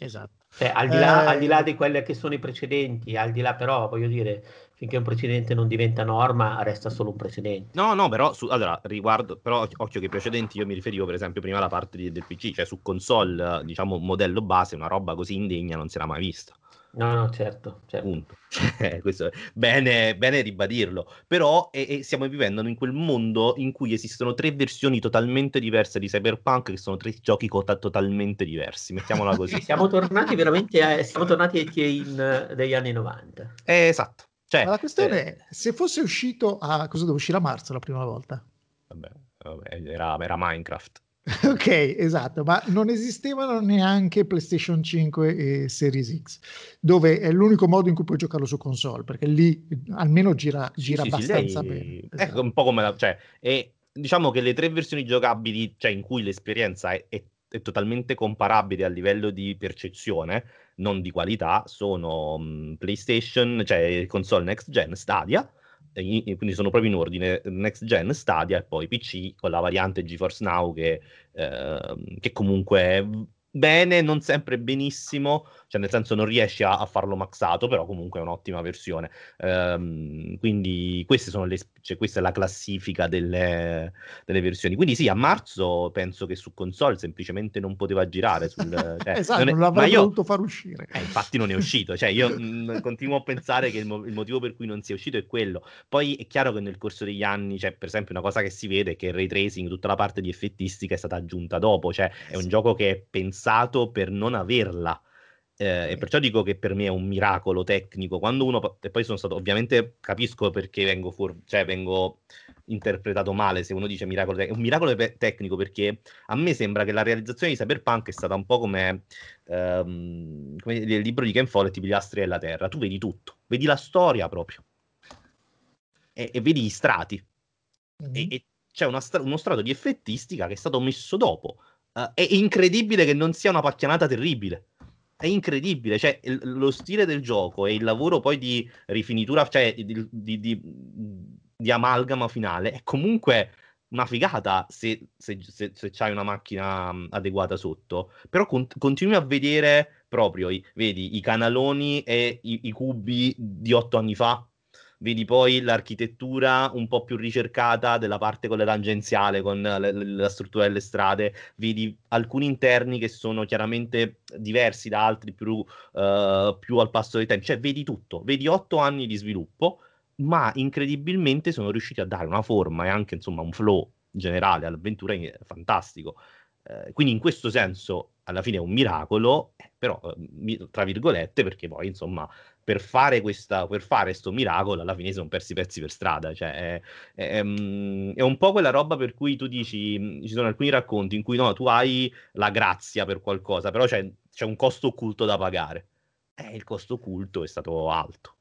Cioè, al di là, al di là
Eh,
di quelle che sono i precedenti, al di là però, voglio dire, finché un precedente non diventa norma, resta solo un precedente.
No, no, però su, allora, riguardo, però occhio che i precedenti io mi riferivo per esempio prima alla parte di- del P C, cioè su console, eh, diciamo, modello base, una roba così indegna non si era mai vista.
No, no, certo, certo.
Punto. Cioè, questo è bene, bene ribadirlo. Però e, e stiamo vivendo in quel mondo in cui esistono tre versioni totalmente diverse di Cyberpunk, che sono tre giochi co- totalmente diversi. Mettiamola così.
Sì, siamo tornati veramente a, siamo tornati ai Tain eh, degli anni novanta.
Eh, esatto. Cioè,
Ma la questione
eh,
è, se fosse uscito a... cosa dove uscire a marzo la prima volta?
vabbè, vabbè, era, era Minecraft.
Ok, esatto, ma non esistevano neanche PlayStation cinque e Series X, dove è l'unico modo in cui puoi giocarlo su console, perché lì almeno gira,
Sì,
gira
sì, sì,
abbastanza bene.
lei è
Esatto.
un po' come la... Cioè, e diciamo che le tre versioni giocabili, cioè in cui l'esperienza è, è- è totalmente comparabile a livello di percezione, non di qualità, sono mh, PlayStation, cioè console next gen, Stadia, e i- e quindi sono proprio in ordine next gen, Stadia e poi P C con la variante GeForce Now che, ehm, che comunque è bene, non sempre benissimo, cioè nel senso non riesci a, a farlo maxato, però comunque è un'ottima versione. Ehm, quindi queste sono le, cioè, questa è la classifica delle, delle versioni. Quindi sì, a marzo penso che su console semplicemente non poteva girare. Sul, cioè,
Esatto,
non
non
è- ma
l'avrebbero
io,
dovuto far uscire.
eh, infatti non è uscito. Cioè, io mh, continuo a pensare che il, mo- il motivo per cui non sia uscito è quello. Poi è chiaro che nel corso degli anni, cioè, per esempio, una cosa che si vede è che il ray tracing, tutta la parte di effettistica è stata aggiunta dopo. Cioè,
Eh
è un
sì,
gioco che è pensato per non averla. Eh, e
sì.
perciò dico che per me è un miracolo tecnico. Quando uno, e poi sono stato, ovviamente capisco perché vengo, fuor- cioè, vengo interpretato male se uno dice miracolo tecnico. È un miracolo pe- tecnico perché a me sembra che la realizzazione di Cyberpunk è stata un po' come, ehm, come il libro di Ken Follett, I pilastri della terra. Tu vedi tutto, vedi la storia proprio e, e vedi gli strati e,
Mhm.
e c'è una stra- uno strato di effettistica che è stato messo dopo. Eh, è incredibile che non sia una pacchianata terribile. È incredibile, cioè il- lo stile del gioco e il lavoro poi di rifinitura, cioè di, di- di- di amalgama finale, è comunque una figata se, se, se, se c'hai una macchina mh, adeguata sotto. Però con- continui a vedere proprio, i, vedi, i canaloni e i, i cubi di otto anni fa. Vedi poi l'architettura un po' più ricercata della parte con le tangenziale, con la, la- la struttura delle strade. Vedi alcuni interni che sono chiaramente diversi da altri, più, eh, più al passo dei tempi. Cioè, vedi tutto. Vedi otto anni di sviluppo, ma incredibilmente sono riusciti a dare una forma e anche, insomma, un flow generale all'avventura in- fantastico. Eh, quindi in questo senso alla fine è un miracolo, eh, però eh, mi- tra virgolette, perché poi insomma per fare questa, per fare sto miracolo alla fine si sono persi pezzi per strada, cioè è, è- è, mm, è un po' quella roba per cui tu dici, mm, ci sono alcuni racconti in cui no, tu hai la grazia per qualcosa, però c'è, c'è un costo occulto da pagare. E il costo occulto è stato alto.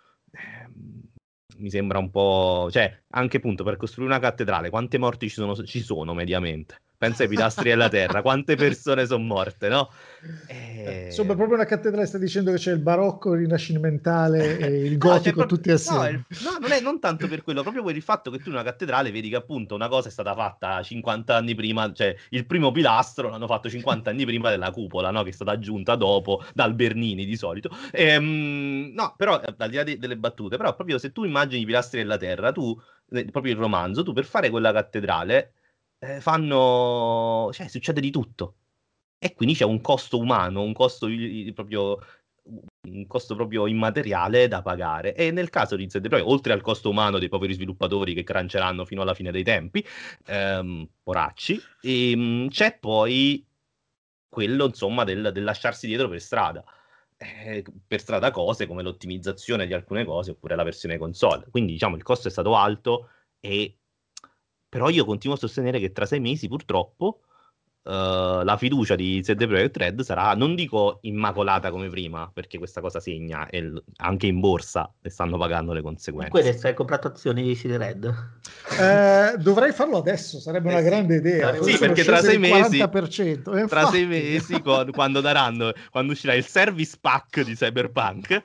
Ehm, Mi sembra un po'... Cioè, anche appunto per costruire una cattedrale, quante morti ci sono, ci sono mediamente? Pensa ai pilastri della terra, quante persone sono morte, no?
Eh, Insomma,
E...
proprio una cattedrale, sta dicendo che c'è il barocco, il rinascimentale e il
No, c'è
gotico
proprio...
tutti
no, è
assieme.
il- no, non è non tanto per quello, proprio per il fatto che tu in una cattedrale vedi che appunto una cosa è stata fatta cinquanta anni prima, cioè il primo pilastro l'hanno fatto cinquanta anni prima della cupola, no? Che è stata aggiunta dopo dal Bernini di solito. Ehm, no, però eh, al di là de- delle battute, però proprio se tu immagini i pilastri della terra, tu, eh, proprio il romanzo, tu per fare quella cattedrale eh, fanno... cioè succede di tutto. E quindi c'è un costo umano, un costo i- i- proprio un costo proprio immateriale da pagare. E nel caso di Z D Projekt, oltre al costo umano dei poveri sviluppatori che cranceranno fino alla fine dei tempi, ehm, poracci, ehm, c'è poi quello, insomma, del, del lasciarsi dietro per strada. Eh, per strada cose come l'ottimizzazione di alcune cose oppure la versione console. Quindi, diciamo, il costo è stato alto e però io continuo a sostenere che tra sei mesi, purtroppo, eh, la fiducia di Z D Projekt Red sarà, non dico immacolata come prima, perché questa cosa segna e l- anche in borsa ne stanno pagando le
Comunque
conseguenze.
adesso hai comprato azioni di City Red.
Eh, dovrei farlo adesso, sarebbe
Eh
una
sì.
grande idea.
Eh
Ora
Sì,
sì.
sono
perché tra
scese
sei
del
mesi,
quaranta per cento. E
tra sei
infatti,
mesi, co- quando daranno, quando uscirà il service pack di Cyberpunk,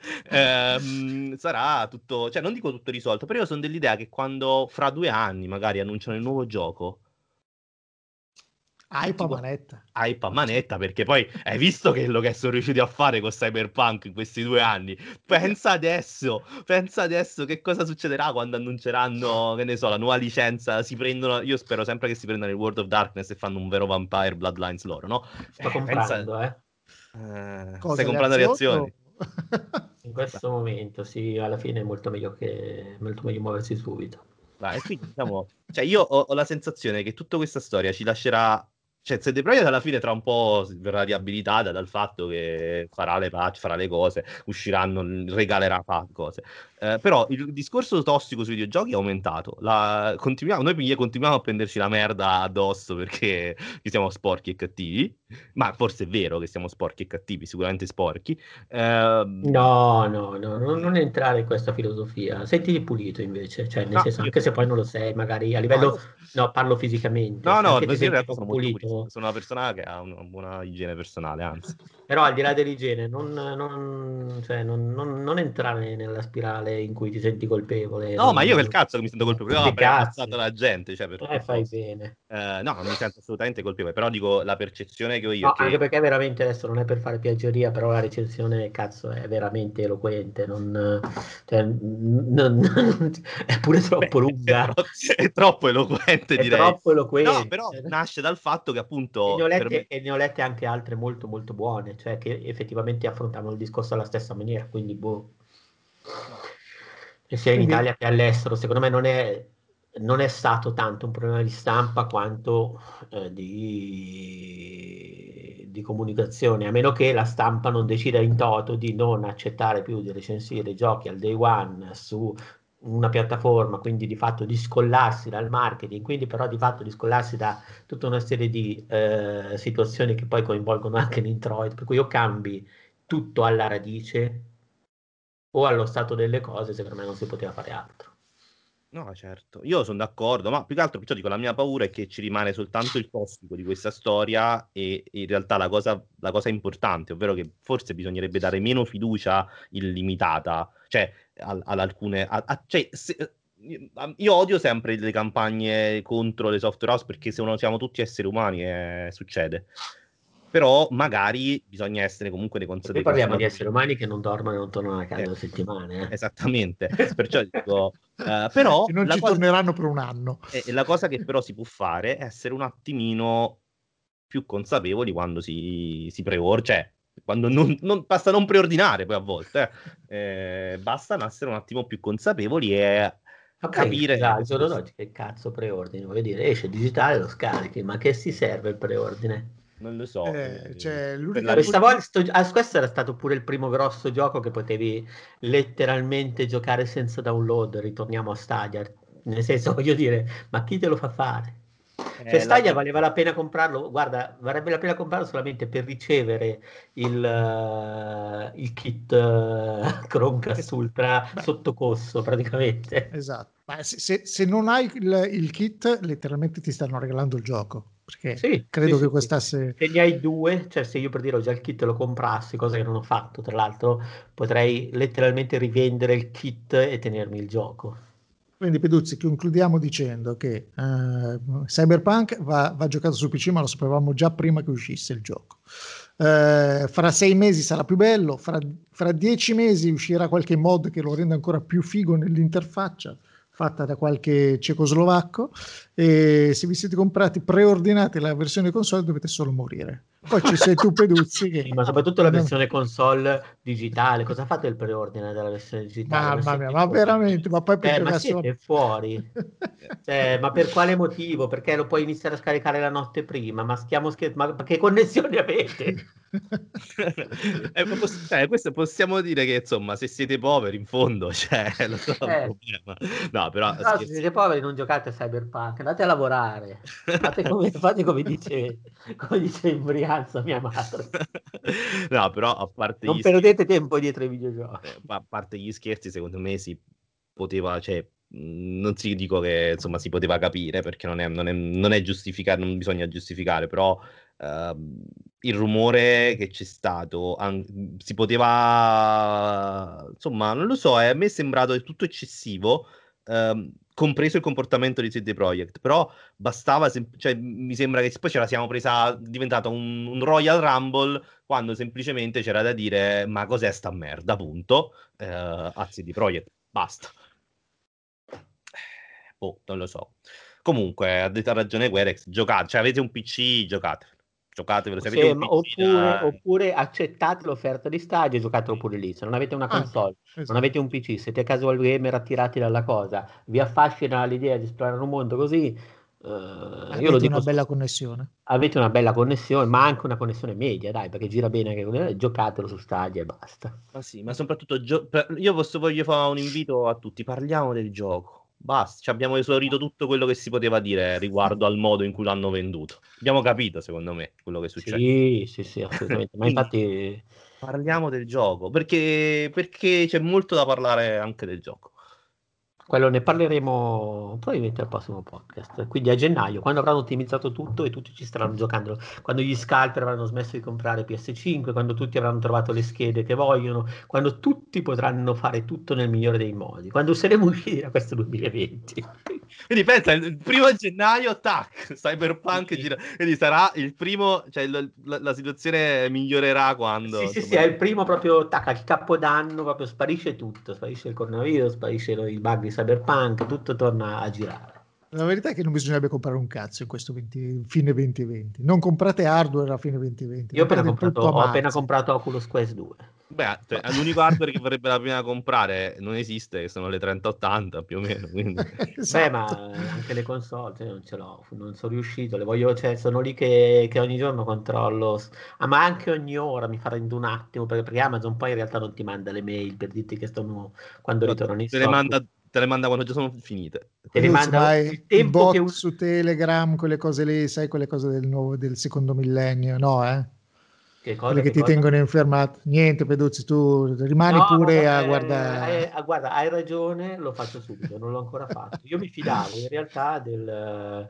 ehm, sarà tutto, cioè non dico tutto risolto, però io sono dell'idea che quando fra due anni magari annunciano il nuovo gioco,
Hype a
tipo,
manetta.
hype a manetta, perché poi hai visto che lo che sono riusciti a fare con Cyberpunk in questi due anni. Pensa adesso, pensa adesso che cosa succederà quando annunceranno, che ne so, la nuova licenza. Si prendono, io spero sempre che si prendano il World of Darkness e fanno un vero Vampire Bloodlines loro, no?
Sto
Eh,
comprando,
pensa,
eh.
eh,
Cosa,
stai
le
comprando le
azioni o-
azioni?
In questo momento, sì, alla fine è molto meglio che molto meglio muoversi subito.
Ma, e quindi diciamo, cioè io ho, ho la sensazione che tutta questa storia ci lascerà, cioè se The Projekt alla fine tra un po' verrà riabilitata dal fatto che farà le patch, farà le cose, usciranno, regalerà fa- cose. Eh, però il discorso tossico sui videogiochi è aumentato. La- continuiamo, noi continuiamo a prenderci la merda addosso perché che siamo sporchi e cattivi, ma forse è vero che siamo sporchi e cattivi, sicuramente sporchi. Ehm,
No, no, no, non, non entrare in questa filosofia. Sentiti pulito invece, cioè nel
no,
senso,
io,
anche se poi non lo sei, magari a
no,
livello,
io
no, parlo fisicamente,
No,
se
no,
anche
io
ti
in
senti
realtà
poco
sono molto pulito.
pulito,
Sono una persona che ha una buona igiene personale, anzi.
però al di là dell'igiene, non, non, cioè, non, non- non entrare nella spirale in cui ti senti colpevole,
No, ma io quel
non...
cazzo che mi sento colpevole. Oh,
Sti
vabbè, ha ammazzato
cazzi,
la gente, cioè, per
eh, fai
tutto.
bene.
Eh, no, non mi sento assolutamente colpevole, però dico, la percezione che ho io
No,
è
anche
che...
perché veramente adesso non è per fare piaggeria, però la recensione, cazzo, è veramente eloquente, non, cioè, non- non- è pure
Beh,
troppo
è,
lunga,
tro- è troppo eloquente,
è
direi.
troppo
No,
eloquente.
però nasce dal fatto che,
E ne ho
appunto, per me...
lette, e ne ho lette anche altre molto molto buone, cioè che effettivamente affrontavano il discorso alla stessa maniera, quindi boh. E sia in
Quindi
Italia che all'estero, secondo me non è, non è stato tanto un problema di stampa quanto eh, di, di comunicazione, a meno che la stampa non decida in toto di non accettare più di recensire i giochi al day one su una piattaforma, quindi di fatto di scollarsi dal marketing, quindi però di fatto di scollarsi da tutta una serie di eh, situazioni che poi coinvolgono anche l'introito, per cui o cambi tutto alla radice o allo stato delle cose, secondo me non si poteva fare altro.
No, certo, io sono d'accordo, ma più che altro, perciò dico, la mia paura è che ci rimane soltanto il tossico di questa storia e in realtà la cosa, la cosa importante, ovvero che forse bisognerebbe dare meno fiducia illimitata, cioè al- ad alcune... a- a- cioè, se- io odio sempre le campagne contro le software house perché se uno, siamo tutti esseri umani e succede. Però magari bisogna essere comunque dei
E qui
consapevoli
parliamo di esseri
consumatori.
umani che non dormono e non tornano a casa
Eh,
da settimane.
esattamente,
Eh.
perciò dico, eh, però
e non
la
ci
cosa...
torneranno per un anno.
E, e la cosa che però si può fare è essere un attimino più consapevoli quando si, si preordina, cioè quando non, non- basta non preordinare poi a volte, eh. Eh, basta essere un attimo più consapevoli e
Ma poi,
capire
scusa, al
le
giorno
situazioni.
d'oggi che cazzo preordini? Voglio dire, esce digitale, lo scarichi, ma che si serve il preordine?
Non lo so,
Eh,
eh,
cioè,
per la
l'unica
Questa
rec-
volta, sto- ah, questo era stato pure il primo grosso gioco che potevi letteralmente giocare senza download. Ritorniamo a Stadia. Nel senso, voglio dire, ma chi te lo fa fare? Cioè,
eh, la
Stadia
cosa-
valeva la pena comprarlo. Guarda, varrebbe la pena comprarlo solamente per ricevere il, eh, il kit eh,
eh,
Chromecast Ultra
beh,
sotto costo, praticamente.
esatto. Ma se, se- se non hai il, il kit, letteralmente ti stanno regalando il gioco, perché
Sì, sì,
credo che
sì, sì.
costasse.
Se ne hai due, cioè se io per dire ho già il kit e lo comprassi, cosa che non ho fatto, tra l'altro, potrei letteralmente rivendere il kit e tenermi il gioco.
Quindi Peduzzi, concludiamo dicendo che eh, Cyberpunk va, va giocato su P C, ma lo sapevamo già prima che uscisse il gioco. Eh, fra sei mesi sarà più bello, fra, fra dieci mesi uscirà qualche mod che lo renda ancora più figo nell'interfaccia, fatta da qualche cecoslovacco, e se vi siete comprati, preordinate la versione console, dovete solo morire. Poi ci sei tu Peduzzi
Sì,
che...
ma soprattutto la versione console digitale. Cosa fate il preordine della versione digitale? Ma
Mamma mia,
siete
ma
fuori?
veramente, ma poi per
Cioè, ma
giocarselo...
siete fuori? Cioè, ma per quale motivo? Perché lo puoi iniziare a scaricare la notte prima? Ma stiamo scherzando? Ma che connessioni avete?
Eh, ma poss- cioè, questo possiamo dire che insomma, se siete poveri, in fondo, cioè, lo so, è un
Eh.
problema. No, però
No, se
scherzi.
siete poveri non giocate a Cyberpunk, andate a lavorare. Fate come, fate come dice, come dice in Brianza mia madre.
No, però a parte
Non
gli scherzi,
perdete tempo dietro ai videogiochi.
eh, a parte gli scherzi, secondo me si poteva, cioè, mh, non si dico che insomma si poteva capire perché non è, non è, non è giustificare, non bisogna giustificare, però ehm, il rumore che c'è stato an- si poteva, insomma, non lo so, eh, a me è sembrato del tutto eccessivo. Ehm, compreso il comportamento di C D Projekt, però bastava, sem- cioè, mi sembra che poi ce la siamo presa, è diventata un, un Royal Rumble, quando semplicemente c'era da dire ma cos'è sta merda, punto, eh, a C D Projekt, basta. Oh, non lo so. Comunque, ha detto ha ragione Guerex, giocate, cioè avete un P C, giocatevelo. Giocatevelo, se avete
Sì,
un
ma
P C
oppure,
da...
oppure accettate l'offerta di Stadia e giocatelo pure lì. Se non avete una
Anche,
console, non
esatto.
avete un P C, siete casual gamer attirati dalla cosa, vi affascina l'idea di esplorare un mondo così, eh, io lo
Avete
dico
una
su-
bella connessione.
avete una bella connessione, ma anche una connessione media, dai, perché gira bene anche con eh, giocatelo su Stadia e basta.
Ma sì, ma soprattutto gio- per- io posso, voglio fare un invito a tutti, parliamo del gioco. Basta, ci abbiamo esaurito tutto quello che si poteva dire riguardo al modo in cui l'hanno venduto. Abbiamo capito, secondo me, quello che succede.
Sì, sì, sì, assolutamente. Ma
Quindi
infatti
parliamo del gioco, perché, perché c'è molto da parlare anche del gioco.
quello ne parleremo probabilmente al prossimo podcast. Quindi a gennaio, quando avranno ottimizzato tutto e tutti ci staranno giocando, quando gli scalper avranno smesso di comprare P S cinque, quando tutti avranno trovato le schede che vogliono, quando tutti potranno fare tutto nel migliore dei modi, quando saremo usciti da questo duemilaventi.
Quindi pensa, il primo gennaio, tac, Cyberpunk
Sì.
gira, quindi sarà il primo, cioè il- la, la situazione migliorerà quando...
Sì, sì, sì,
insomma,
è il primo proprio, tac, il capodanno, proprio sparisce tutto, sparisce il coronavirus, sparisce il bug di Cyberpunk, tutto torna a girare.
La verità è che non bisognerebbe comprare un cazzo in questo venti fine duemilaventi. Non comprate hardware a fine duemilaventi,
Io ho appena
comprate
comprato,
tutto a
ho appena
marzo.
comprato Oculus Quest due.
beh, cioè, l'unico hardware che vorrebbe la prima comprare non esiste, che sono le trenta ottanta più o meno, quindi...
Beh,
Esatto.
ma anche le console, cioè, non ce l'ho, non sono riuscito, le voglio, cioè, sono lì che, che ogni giorno controllo, ah, ma anche ogni ora mi fa prendere un attimo, perché, perché Amazon poi in realtà non ti manda le mail per dirti che stanno, quando
No,
ritornano in
te le
stock,
manda, te le manda quando già sono finite.
te le
Peduzzi,
manda
ma i,
il
i
tempo che
bot
un...
su Telegram, quelle cose lì, sai, quelle cose del nuovo, del secondo millennio, no, eh?
Che
Quelle
cosa,
che
che
ti
cosa?
tengono infermato. Niente, Peduzzi, tu rimani
No, no,
pure
no,
a
eh,
guardare.
hai, ah, guarda, hai ragione, lo faccio subito, non l'ho ancora fatto. Io mi fidavo in realtà del,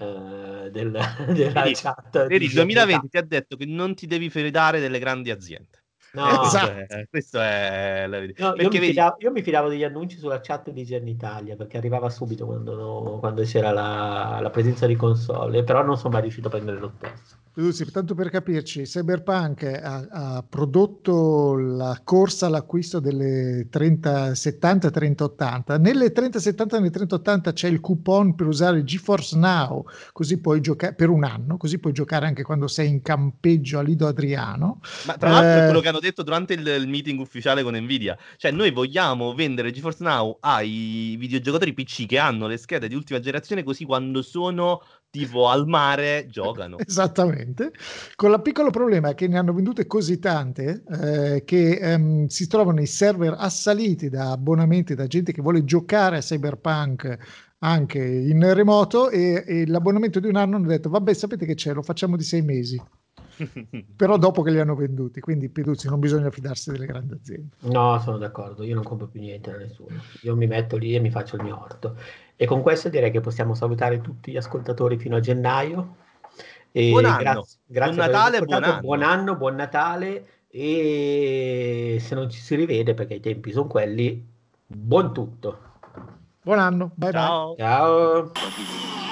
eh, del- della
Vedi,
chat
vedi,
di
il
viabilità.
duemilaventi ti ha detto che non ti devi fidare delle grandi aziende. E
No,
questo
Esatto.
è, questo è la verità.
no, io
Perché
mi
vedi,
fidavo, io mi fidavo degli annunci sulla chat di Gen Italia perché arrivava subito quando, quando c'era la, la presenza di console, però non sono mai riuscito a prendere lo stesso.
Peduzzi, tanto per capirci, Cyberpunk ha, ha prodotto la corsa all'acquisto delle trenta settanta trenta ottanta. Nelle trenta settanta e nelle trenta ottanta c'è il coupon per usare il GeForce Now, così puoi giocare per un anno, così puoi giocare anche quando sei in campeggio a Lido Adriano.
ma tra l'altro è
Eh,
quello che hanno detto durante il, il meeting ufficiale con Nvidia. Cioè, noi vogliamo vendere GeForce Now ai videogiocatori P C che hanno le schede di ultima generazione, così quando sono tipo al mare giocano.
Esattamente, con il piccolo problema che ne hanno vendute così tante eh, che ehm, si trovano i server assaliti da abbonamenti da gente che vuole giocare a Cyberpunk anche in remoto e, e l'abbonamento di un anno hanno detto vabbè sapete che c'è, lo facciamo di sei mesi, però dopo che li hanno venduti, quindi Peduzzi non bisogna fidarsi delle grandi aziende.
No, sono d'accordo, io non compro più niente da nessuno. Io mi metto lì e mi faccio il mio orto. E con questo direi che possiamo salutare tutti gli ascoltatori fino a gennaio.
Buon
E
anno,
grazie,
buon
grazie per averci
Natale, buon
ascoltato. Buon
anno.
anno, buon Natale. E se non ci si rivede, perché i tempi sono quelli, buon tutto.
Buon anno, bye bye.
Ciao.
Ciao.